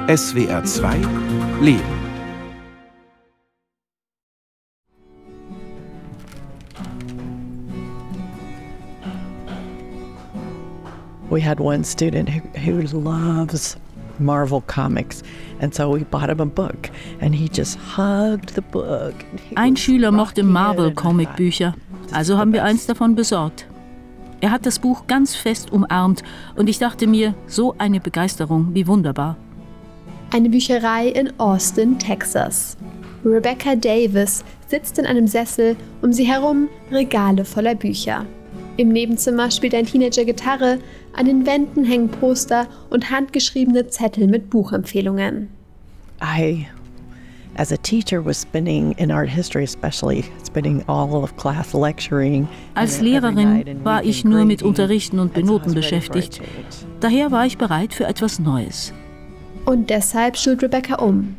SWR 2 Leben. We had one student who loves Marvel comics, and so we bought him a book, and he just hugged the book. Ein Schüler mochte Marvel-Comic-Bücher, also haben wir eins davon besorgt. Er hat das Buch ganz fest umarmt und ich dachte mir, so eine Begeisterung, wie wunderbar. Eine Bücherei in Austin, Texas. Rebecca Davis sitzt in einem Sessel, um sie herum Regale voller Bücher. Im Nebenzimmer spielt ein Teenager Gitarre, an den Wänden hängen Poster und handgeschriebene Zettel mit Buchempfehlungen. As a teacher was spending in art history especially, spending all of class lecturing. Als Lehrerin war ich nur mit Unterrichten und Benoten beschäftigt. Daher war ich bereit für etwas Neues. Und deshalb schult Rebecca um.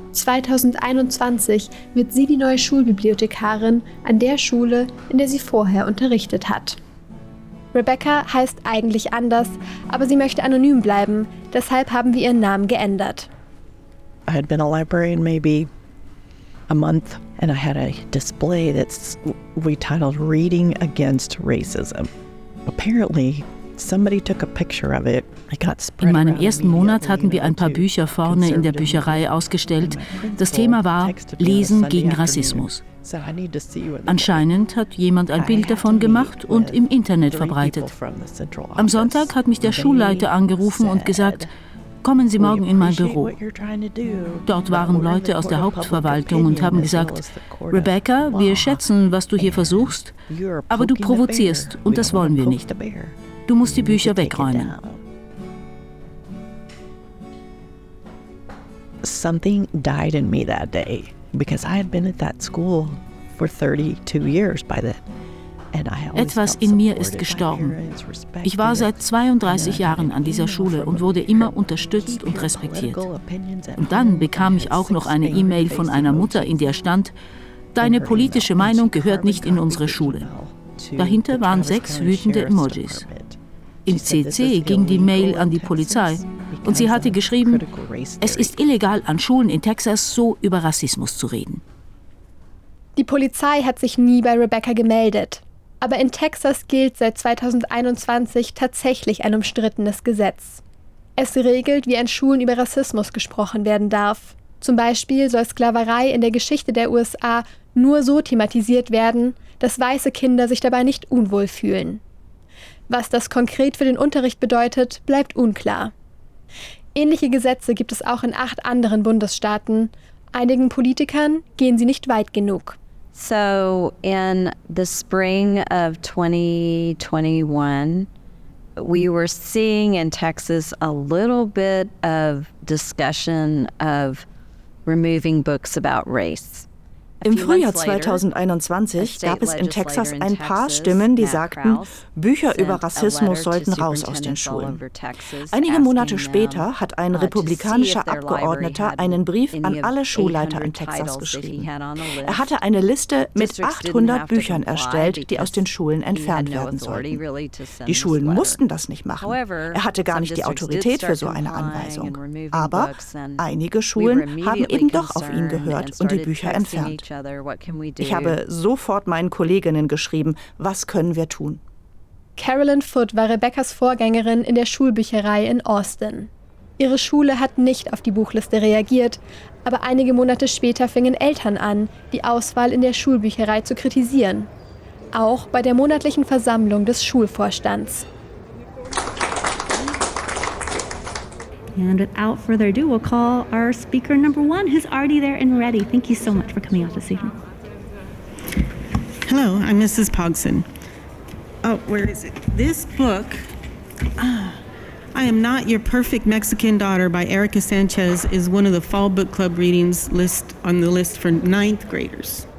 2021 wird sie die neue Schulbibliothekarin an der Schule, in der sie vorher unterrichtet hat. Rebecca heißt eigentlich anders, aber sie möchte anonym bleiben, deshalb haben wir ihren Namen geändert. I had been a librarian maybe a month, and I had a display we titled Reading Against Racism. Apparently, somebody took a picture of it. In meinem ersten Monat hatten wir ein paar Bücher vorne in der Bücherei ausgestellt. Das Thema war Lesen gegen Rassismus. Anscheinend hat jemand ein Bild davon gemacht und im Internet verbreitet. Am Sonntag hat mich der Schulleiter angerufen und gesagt, kommen Sie morgen in mein Büro. Dort waren Leute aus der Hauptverwaltung und haben gesagt, Rebecca, wir schätzen, was du hier versuchst, aber du provozierst und das wollen wir nicht. Du musst die Bücher wegräumen. Something died in me that day because I had been at that school for 32 years by then. Etwas in mir ist gestorben. Ich war seit 32 Jahren an dieser Schule und wurde immer unterstützt und respektiert. Und dann bekam ich auch noch eine E-Mail von einer Mutter, in der stand, deine politische Meinung gehört nicht in unsere Schule. Dahinter waren 6 wütende Emojis. Im CC ging die Mail an die Polizei und sie hatte geschrieben, es ist illegal, an Schulen in Texas so über Rassismus zu reden. Die Polizei hat sich nie bei Rebecca gemeldet. Aber in Texas gilt seit 2021 tatsächlich ein umstrittenes Gesetz. Es regelt, wie an Schulen über Rassismus gesprochen werden darf. Zum Beispiel soll Sklaverei in der Geschichte der USA nur so thematisiert werden, dass weiße Kinder sich dabei nicht unwohl fühlen. Was das konkret für den Unterricht bedeutet, bleibt unklar. Ähnliche Gesetze gibt es auch in 8 anderen Bundesstaaten. Einigen Politikern gehen sie nicht weit genug. So in the spring of 2021, we were seeing in Texas a little bit of discussion of removing books about race. Im Frühjahr 2021 gab es in Texas ein paar Stimmen, die sagten, Bücher über Rassismus sollten raus aus den Schulen. Einige Monate später hat ein republikanischer Abgeordneter einen Brief an alle Schulleiter in Texas geschrieben. Er hatte eine Liste mit 800 Büchern erstellt, die aus den Schulen entfernt werden sollten. Die Schulen mussten das nicht machen. Er hatte gar nicht die Autorität für so eine Anweisung. Aber einige Schulen haben eben doch auf ihn gehört und die Bücher entfernt. Ich habe sofort meinen Kolleginnen geschrieben, was können wir tun? Carolyn Foote war Rebeccas Vorgängerin in der Schulbücherei in Austin. Ihre Schule hat nicht auf die Buchliste reagiert, aber einige Monate später fingen Eltern an, die Auswahl in der Schulbücherei zu kritisieren. Auch bei der monatlichen Versammlung des Schulvorstands. And without further ado, we'll call our speaker number 1, who's already there and ready. Thank you so much for coming out this evening. Hello, I'm Mrs. Pogson. Oh, where is it? This book, I Am Not Your Perfect Mexican Daughter by Erica Sanchez is one of the Fall Book Club readings on the list for 9th graders.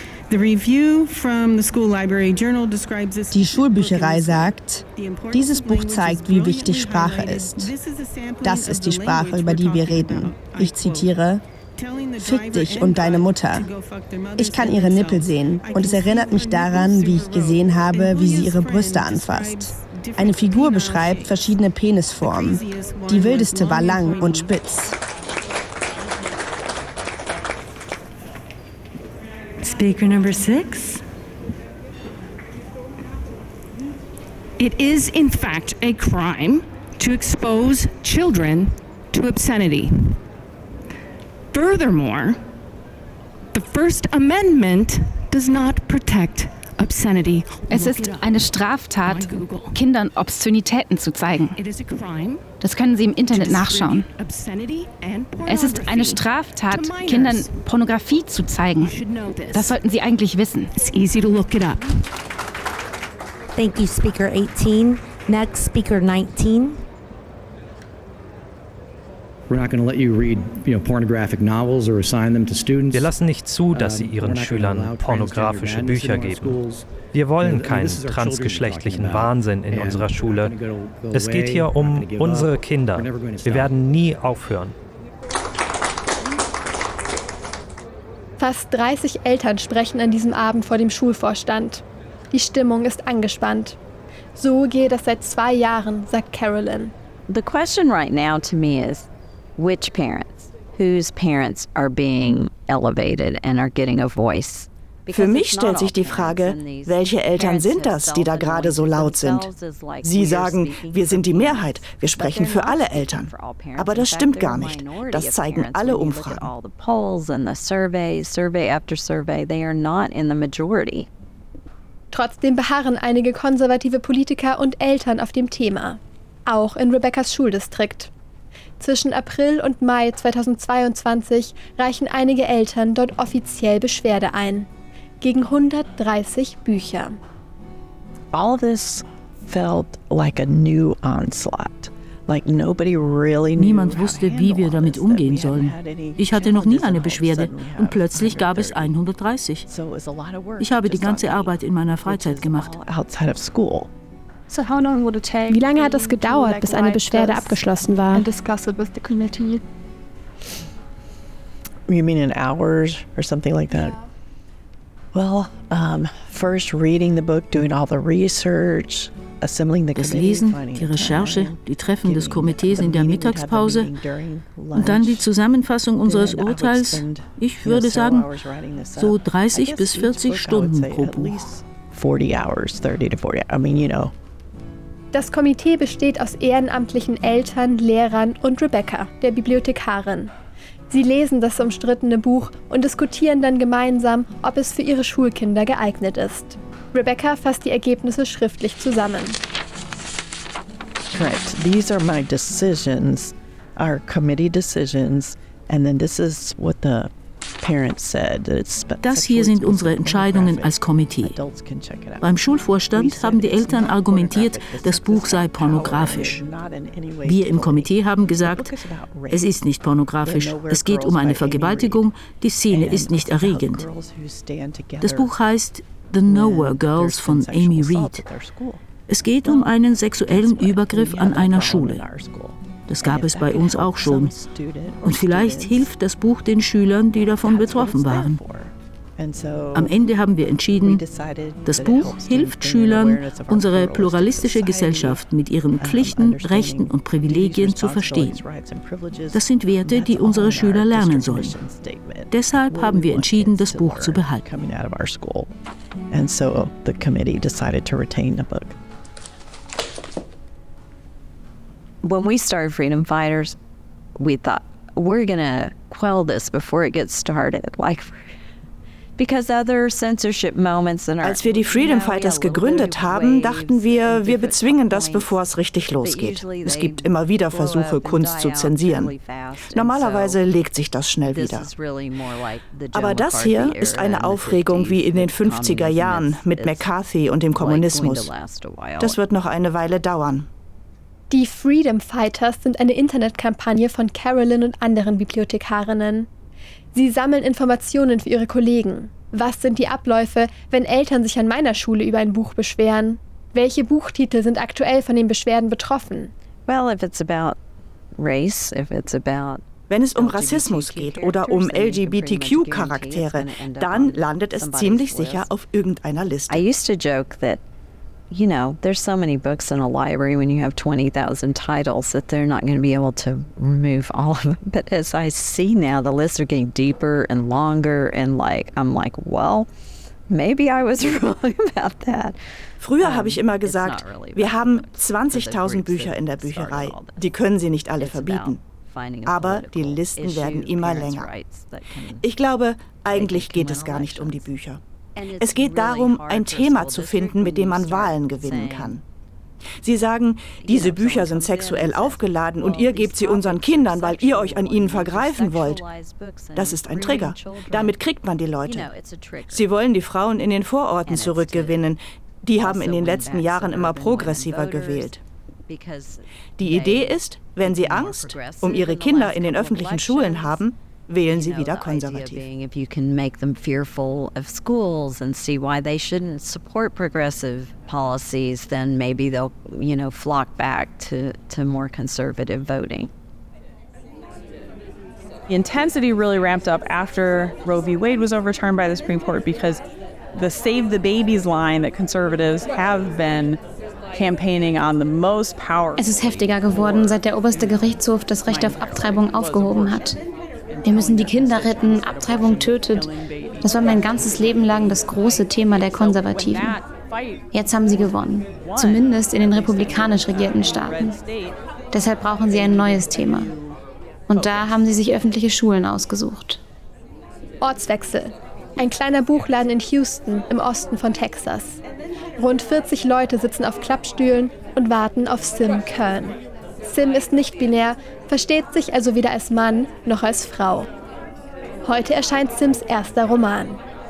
Die Schulbücherei sagt, dieses Buch zeigt, wie wichtig Sprache ist. Das ist die Sprache, über die wir reden. Ich zitiere, Fick dich und deine Mutter. Ich kann ihre Nippel sehen und es erinnert mich daran, wie ich gesehen habe, wie sie ihre Brüste anfasst. Eine Figur beschreibt verschiedene Penisformen. Die wildeste war lang und spitz. Speaker number 6. It is in fact a crime to expose children to obscenity. Furthermore, the First Amendment does not protect obscenity. Es ist eine Straftat, Kindern Obszönitäten zu zeigen. Das können Sie im Internet nachschauen. Es ist eine Straftat, Kindern Pornografie zu zeigen. Das sollten Sie eigentlich wissen. It's easy to look it up. Thank you, Speaker 18. Next, Speaker 19. Wir lassen nicht zu, dass sie ihren Schülern pornografische Bücher geben. Wir wollen keinen transgeschlechtlichen Wahnsinn in unserer Schule. Es geht hier um unsere Kinder. Wir werden nie aufhören. Fast 30 Eltern sprechen an diesem Abend vor dem Schulvorstand. Die Stimmung ist angespannt. So geht es seit 2 Jahren, sagt Carolyn. The question right now to me is, which parents, whose parents are being elevated and are getting a voice? Für mich stellt sich die Frage, welche Eltern sind das, die da gerade so laut sind? Sie sagen, wir sind die Mehrheit, wir sprechen für alle Eltern. Aber das stimmt gar nicht. Das zeigen alle Umfragen. Trotzdem beharren einige konservative Politiker und Eltern auf dem Thema. Auch in Rebeccas Schuldistrikt. Zwischen April und Mai 2022 reichen einige Eltern dort offiziell Beschwerde ein. Gegen 130 Bücher. All this felt like a new onslaught. Niemand wusste, wie wir damit umgehen sollen. Ich hatte noch nie eine Beschwerde und plötzlich gab es 130. Ich habe die ganze Arbeit in meiner Freizeit gemacht. Wie lange hat es gedauert, bis eine Beschwerde abgeschlossen war? You mean in hours or something like that? Well, first reading the book, doing all the research. Das Lesen, die Recherche, die Treffen des Komitees in der Mittagspause und dann die Zusammenfassung unseres Urteils. Ich würde sagen, so 30 bis 40 Stunden pro Buch. 40 hours, 30 to 40. I mean, you know. Das Komitee besteht aus ehrenamtlichen Eltern, Lehrern und Rebecca, der Bibliothekarin. Sie lesen das umstrittene Buch und diskutieren dann gemeinsam, ob es für ihre Schulkinder geeignet ist. Rebecca fasst die Ergebnisse schriftlich zusammen. Correct. These are my decisions, our committee decisions, and then this is what the parents said. Das hier sind unsere Entscheidungen als Komitee. Beim Schulvorstand haben die Eltern argumentiert, das Buch sei pornografisch. Wir im Komitee haben gesagt, es ist nicht pornografisch, es geht um eine Vergewaltigung, die Szene ist nicht erregend. Das Buch heißt The Nowhere Girls von Amy Reed. Es geht um einen sexuellen Übergriff an einer Schule. Das gab es bei uns auch schon. Und vielleicht hilft das Buch den Schülern, die davon betroffen waren. Am Ende haben wir entschieden, das Buch hilft Schülern, unsere pluralistische Gesellschaft mit ihren Pflichten, Rechten und Privilegien zu verstehen. Das sind Werte, die unsere Schüler lernen sollen. Deshalb haben wir entschieden, das Buch zu behalten. And so the committee decided to retain the book. When we started Freedom Fighters, we thought, we're going to quell this before it gets started. Als wir die Freedom Fighters gegründet haben, dachten wir, wir bezwingen das, bevor es richtig losgeht. Es gibt immer wieder Versuche, Kunst zu zensieren. Normalerweise legt sich das schnell wieder. Aber das hier ist eine Aufregung wie in den 50er Jahren mit McCarthy und dem Kommunismus. Das wird noch eine Weile dauern. Die Freedom Fighters sind eine Internetkampagne von Carolyn und anderen Bibliothekarinnen. Sie sammeln Informationen für ihre Kollegen. Was sind die Abläufe, wenn Eltern sich an meiner Schule über ein Buch beschweren? Welche Buchtitel sind aktuell von den Beschwerden betroffen? Well, if it's about race, if it's about Wenn es um Rassismus geht oder um LGBTQ-Charaktere, dann landet es ziemlich sicher auf irgendeiner Liste. I used to joke that you know, there's so many books in a library when you have 20,000 titles that they're not going to be able to remove all of them. But as I see now, the lists are getting deeper and longer, and I'm like, well, maybe I was wrong about that. Früher habe ich immer gesagt, wir haben 20.000 Bücher in der Bücherei. Die können Sie nicht alle verbieten. Aber die Listen werden immer länger. Ich glaube, eigentlich geht es gar nicht um die Bücher. Es geht darum, ein Thema zu finden, mit dem man Wahlen gewinnen kann. Sie sagen, diese Bücher sind sexuell aufgeladen und ihr gebt sie unseren Kindern, weil ihr euch an ihnen vergreifen wollt. Das ist ein Trigger. Damit kriegt man die Leute. Sie wollen die Frauen in den Vororten zurückgewinnen. Die haben in den letzten Jahren immer progressiver gewählt. Die Idee ist, wenn sie Angst um ihre Kinder in den öffentlichen Schulen haben, wählen sie wieder konservativ. If you can make them fearful of schools and see why they shouldn't support progressive policies, then maybe they'll, flock back to more conservative voting. The intensity really ramped up after Roe v. Wade was overturned by the Supreme Court because the Save the Babies line that conservatives have been campaigning on the most powerful. Es ist heftiger geworden, seit der oberste Gerichtshof das Recht auf Abtreibung aufgehoben hat. Wir müssen die Kinder retten, Abtreibung tötet. Das war mein ganzes Leben lang das große Thema der Konservativen. Jetzt haben sie gewonnen, zumindest in den republikanisch regierten Staaten. Deshalb brauchen sie ein neues Thema. Und da haben sie sich öffentliche Schulen ausgesucht. Ortswechsel. Ein kleiner Buchladen in Houston im Osten von Texas. Rund 40 Leute sitzen auf Klappstühlen und warten auf Sim Kern. Sim ist nicht binär, versteht sich also weder als Mann noch als Frau. Heute erscheint Sims erster Roman.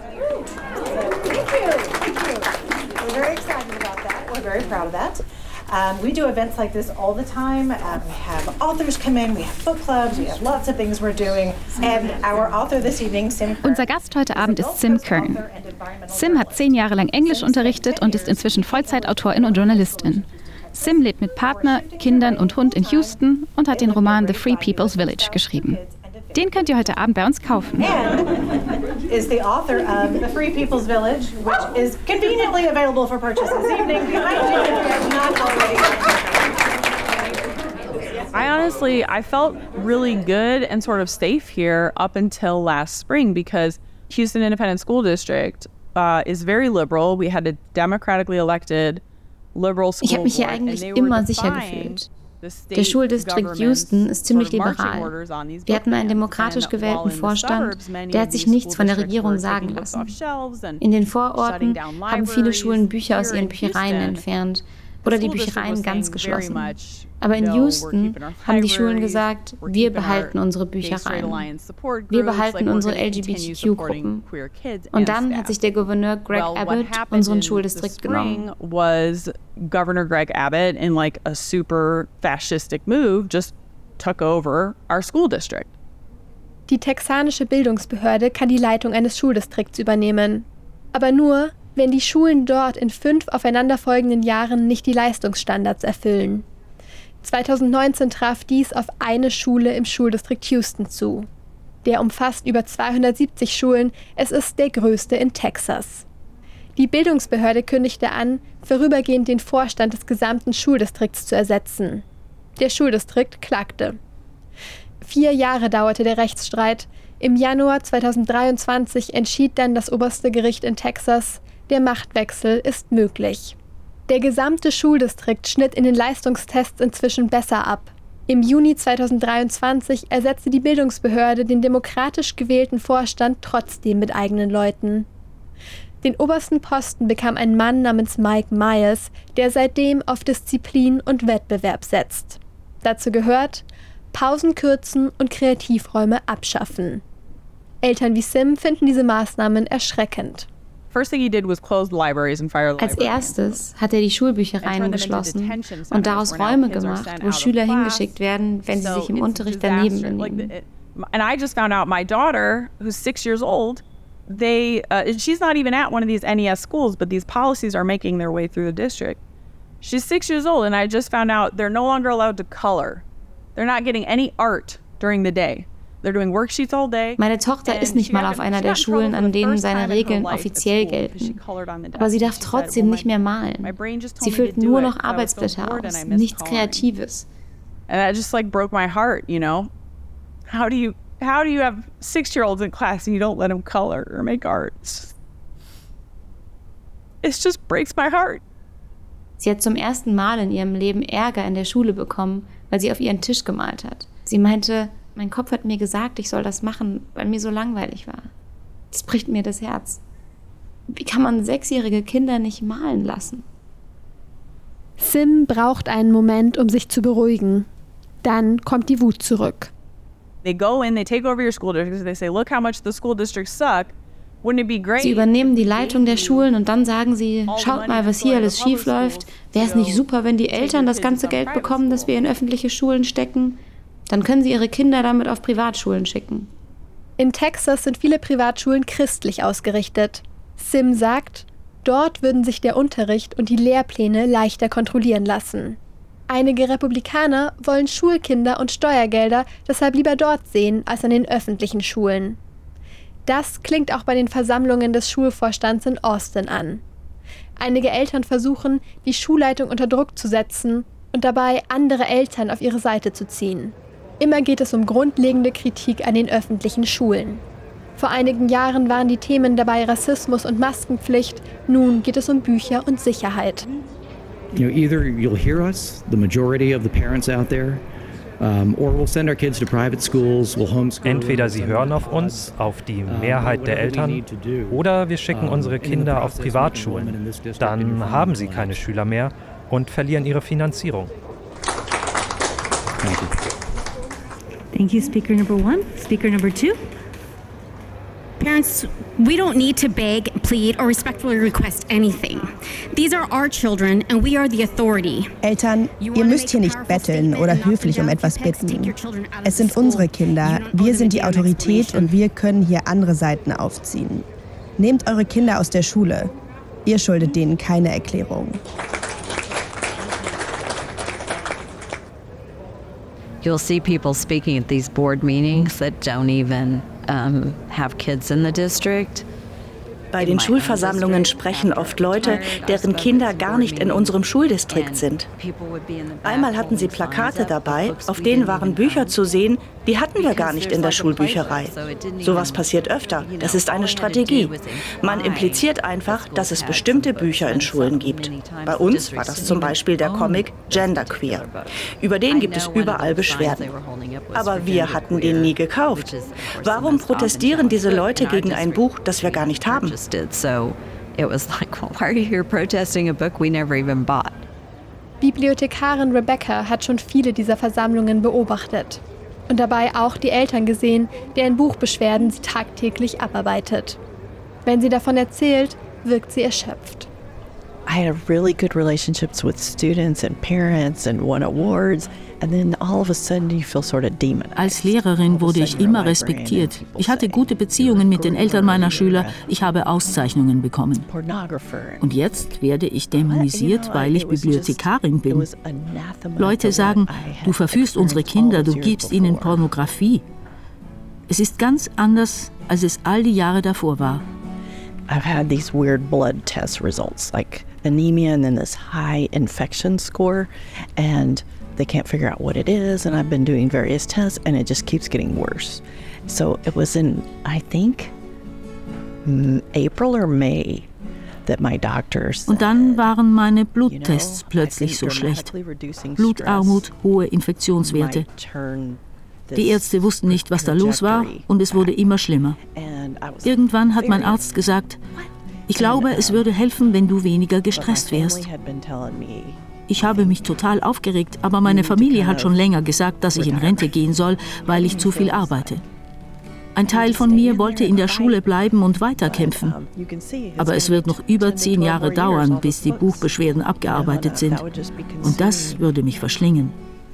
We do events like this all the time. We have authors come in, we have book clubs, we have lots of things we're doing. And our author this evening, Sim Kern. Unser Gast heute Abend ist Sim Kern. Sim hat 10 Jahre lang Englisch unterrichtet und ist inzwischen Vollzeitautorin und Journalistin. Sim lebt mit Partner, Kindern und Hund in Houston und hat den Roman The Free People's Village geschrieben. Den könnt ihr heute Abend bei uns kaufen. And is the author of The Free People's Village, which is conveniently available for purchase this evening behind you if you have not already. I felt really good and sort of safe here up until last spring because Houston Independent School District is very liberal. We had a democratically elected liberal school Ich habe mich hier eigentlich immer sicher gefühlt. Der Schuldistrikt Houston ist ziemlich liberal. Wir hatten einen demokratisch gewählten Vorstand, der hat sich nichts von der Regierung sagen lassen. In den Vororten haben viele Schulen Bücher aus ihren Büchereien entfernt oder die Büchereien ganz geschlossen. Aber in Houston haben die Schulen gesagt, wir behalten unsere Büchereien. Wir behalten unsere LGBTQ-Gruppen. Und dann hat sich der Gouverneur Greg Abbott unseren Schuldistrikt genommen. Governor Greg Abbott, in like a super fascistic move, just took over our school district. Die texanische Bildungsbehörde kann die Leitung eines Schuldistrikts übernehmen. Aber nur, wenn die Schulen dort in 5 aufeinanderfolgenden Jahren nicht die Leistungsstandards erfüllen. 2019 traf dies auf eine Schule im Schuldistrikt Houston zu. Der umfasst über 270 Schulen, es ist der größte in Texas. Die Bildungsbehörde kündigte an, vorübergehend den Vorstand des gesamten Schuldistrikts zu ersetzen. Der Schuldistrikt klagte. 4 Jahre dauerte der Rechtsstreit. Im Januar 2023 entschied dann das oberste Gericht in Texas, der Machtwechsel ist möglich. Der gesamte Schuldistrikt schnitt in den Leistungstests inzwischen besser ab. Im Juni 2023 ersetzte die Bildungsbehörde den demokratisch gewählten Vorstand trotzdem mit eigenen Leuten. Den obersten Posten bekam ein Mann namens Mike Myers, der seitdem auf Disziplin und Wettbewerb setzt. Dazu gehört, Pausen kürzen und Kreativräume abschaffen. Eltern wie Sim finden diese Maßnahmen erschreckend. Als erstes hat er die Schulbüchereien geschlossen und daraus Räume gemacht, wo Schüler hingeschickt werden, wenn sie sich im Unterricht daneben benehmen. And I just found out my daughter, who's 6 years old, she's not even at one of these NES schools, but these policies are making their way through the district. She's 6 years old, and I just found out they're no longer allowed to color. They're not getting any art during the day. Meine Tochter ist nicht mal auf einer der Schulen, an denen seine Regeln offiziell gelten. Aber sie darf trotzdem nicht mehr malen. Sie füllt nur noch Arbeitsblätter aus, nichts Kreatives. And that just like broke my heart, you know? How do you have 6-year-olds in class and you don't let them color or make art? It just breaks my heart. Sie hat zum ersten Mal in ihrem Leben Ärger in der Schule bekommen, weil sie auf ihren Tisch gemalt hat. Sie meinte, mein Kopf hat mir gesagt, ich soll das machen, weil mir so langweilig war. Das bricht mir das Herz. Wie kann man 6-jährige Kinder nicht malen lassen? Sim braucht einen Moment, um sich zu beruhigen. Dann kommt die Wut zurück. They go in, they take over your school district, they say, look how much the school districts suck. Wouldn't it be great? Sie übernehmen die Leitung der Schulen und dann sagen sie, schaut mal, was hier alles schief läuft. Wäre es nicht super, wenn die Eltern das ganze Geld bekommen, das wir in öffentliche Schulen stecken? Dann können sie ihre Kinder damit auf Privatschulen schicken. In Texas sind viele Privatschulen christlich ausgerichtet. Sim sagt, dort würden sich der Unterricht und die Lehrpläne leichter kontrollieren lassen. Einige Republikaner wollen Schulkinder und Steuergelder deshalb lieber dort sehen als an den öffentlichen Schulen. Das klingt auch bei den Versammlungen des Schulvorstands in Austin an. Einige Eltern versuchen, die Schulleitung unter Druck zu setzen und dabei andere Eltern auf ihre Seite zu ziehen. Immer geht es um grundlegende Kritik an den öffentlichen Schulen. Vor einigen Jahren waren die Themen dabei Rassismus und Maskenpflicht, nun geht es um Bücher und Sicherheit. You know, either you'll hear us, the majority of the parents out there, or we'll send our kids to private schools, we'll homeschool. Entweder sie hören auf uns, auf die Mehrheit der Eltern, oder wir schicken unsere Kinder auf Privatschulen. Dann haben sie keine Schüler mehr und verlieren ihre Finanzierung. Thank you. Thank you, Speaker number 1. Speaker number 2. Parents, we don't need to beg, plead, or respectfully request anything. These are our children and we are the authority. Eltern, ihr müsst hier nicht betteln oder höflich um etwas bitten. Es sind unsere Kinder, wir sind die Autorität und wir können hier andere Seiten aufziehen. Nehmt eure Kinder aus der Schule. Ihr schuldet denen keine Erklärung. You'll see people speaking at these board meetings that don't even have kids in the district. Bei den Schulversammlungen sprechen oft Leute, deren Kinder gar nicht in unserem Schuldistrikt sind. Einmal hatten sie Plakate dabei, auf denen waren Bücher zu sehen, die hatten wir gar nicht in der Schulbücherei. Sowas passiert öfter. Das ist eine Strategie. Man impliziert einfach, dass es bestimmte Bücher in Schulen gibt. Bei uns war das zum Beispiel der Comic Genderqueer. Über den gibt es überall Beschwerden. Aber wir hatten den nie gekauft. Warum protestieren diese Leute gegen ein Buch, das wir gar nicht haben? So it was like, well, why are you here protesting a book we never even bought? Bibliothekarin Rebecca hat schon viele dieser Versammlungen beobachtet und dabei auch die Eltern gesehen, deren Buchbeschwerden sie tagtäglich abarbeitet. Wenn sie davon erzählt, wirkt sie erschöpft. I had really good relationships with students and parents and won awards. And then all of a sudden you feel sort of demonized. Als Lehrerin wurde ich immer respektiert. Ich hatte gute Beziehungen mit den Eltern meiner Schüler. Ich habe Auszeichnungen bekommen. Und jetzt werde ich dämonisiert, weil ich Bibliothekarin bin. Leute sagen, du verführst unsere Kinder, du gibst ihnen Pornografie. Es ist ganz anders, als es all die Jahre davor war. I've had these weird blood test results, like anemia and then this high infection score, and they can't figure out what it is, and I've been doing various tests, and it just keeps getting worse. So it was in, I think, April or May that my doctors. Und dann waren meine Bluttests plötzlich so schlecht. Blutarmut, hohe Infektionswerte. Die Ärzte wussten nicht, was da los war, und es wurde immer schlimmer. Irgendwann hat mein Arzt gesagt, ich glaube, es würde helfen, wenn du weniger gestresst wärst. Ich habe mich total aufgeregt, aber meine Familie hat schon länger gesagt, dass ich in Rente gehen soll, weil ich zu viel arbeite. Ein Teil von mir wollte in der Schule bleiben und weiterkämpfen. Aber es wird noch über 10 Jahre dauern, bis die Buchbeschwerden abgearbeitet sind. Und das würde mich verschlingen.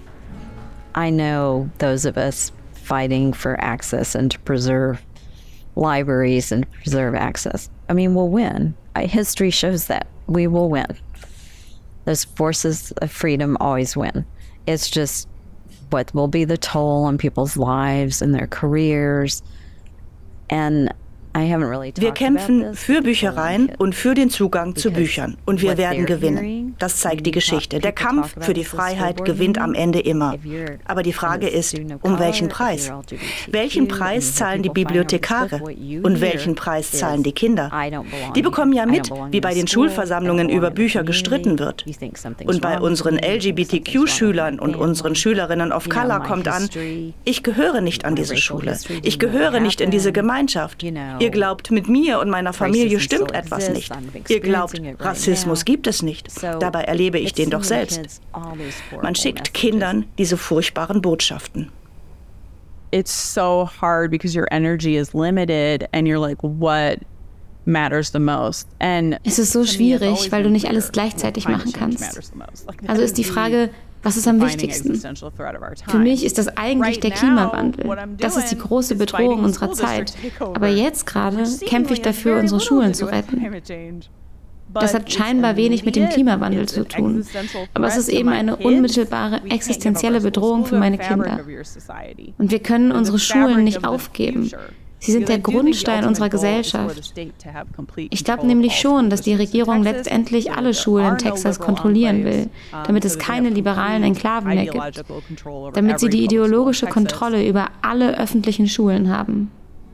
I know those of us fighting for access and to preserve libraries and preserve access. I mean, we'll win. History shows that. We will win. Those forces of freedom always win. It's just what will be the toll on people's lives and their careers. And wir kämpfen für Büchereien und für den Zugang zu Büchern. Und wir werden gewinnen. Das zeigt die Geschichte. Der Kampf für die Freiheit gewinnt am Ende immer. Aber die Frage ist, um welchen Preis? Welchen Preis zahlen die Bibliothekare? Und welchen Preis zahlen die Kinder? Die bekommen ja mit, wie bei den Schulversammlungen über Bücher gestritten wird. Und bei unseren LGBTQ-Schülern und unseren Schülerinnen of Color kommt an, ich gehöre nicht an diese Schule. Ich gehöre nicht in diese Gemeinschaft. Ihr glaubt, mit mir und meiner Familie stimmt etwas nicht. Ihr glaubt, Rassismus gibt es nicht. Dabei erlebe ich den doch selbst. Man schickt Kindern diese furchtbaren Botschaften. It's so hard because your energy is limited and you're like, what matters the most? And es ist so schwierig, weil du nicht alles gleichzeitig machen kannst. Also ist die Frage, was ist am wichtigsten? Für mich ist das eigentlich der Klimawandel. Das ist die große Bedrohung unserer Zeit. Aber jetzt gerade kämpfe ich dafür, unsere Schulen zu retten. Das hat scheinbar wenig mit dem Klimawandel zu tun. Aber es ist eben eine unmittelbare, existenzielle Bedrohung für meine Kinder. Und wir können unsere Schulen nicht aufgeben. Sie sind der Grundstein unserer Gesellschaft. Ich glaube nämlich schon, dass die Regierung letztendlich alle Schulen in Texas kontrollieren will, damit es keine liberalen Enklaven mehr gibt, damit sie die ideologische Kontrolle über alle öffentlichen Schulen haben.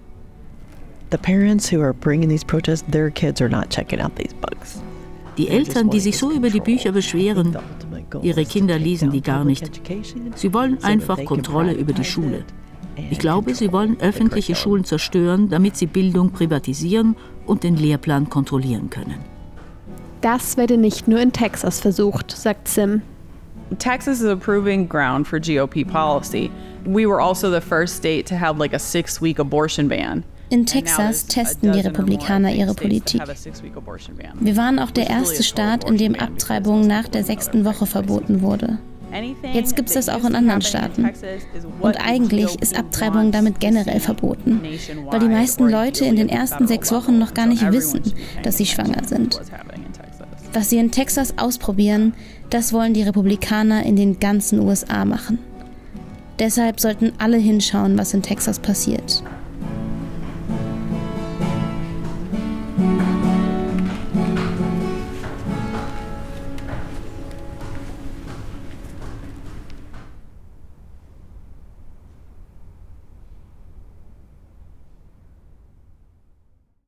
The parents who are bringing these protests, their kids are not checking out these books. Die Eltern, die sich so über die Bücher beschweren, ihre Kinder lesen die gar nicht. Sie wollen einfach Kontrolle über die Schule. Ich glaube, sie wollen öffentliche Schulen zerstören, damit sie Bildung privatisieren und den Lehrplan kontrollieren können. Das werde nicht nur in Texas versucht, sagt Sim. Texas is a proving ground for GOP policy. We were also the first state to have like a 6-week abortion ban. In Texas testen die Republikaner ihre Politik. Wir waren auch der erste Staat, in dem Abtreibung nach der 6. Woche verboten wurde. Jetzt gibt es das auch in anderen Staaten. Und eigentlich ist Abtreibung damit generell verboten, weil die meisten Leute in den ersten 6 Wochen noch gar nicht wissen, dass sie schwanger sind. Was sie in Texas ausprobieren, das wollen die Republikaner in den ganzen USA machen. Deshalb sollten alle hinschauen, was in Texas passiert.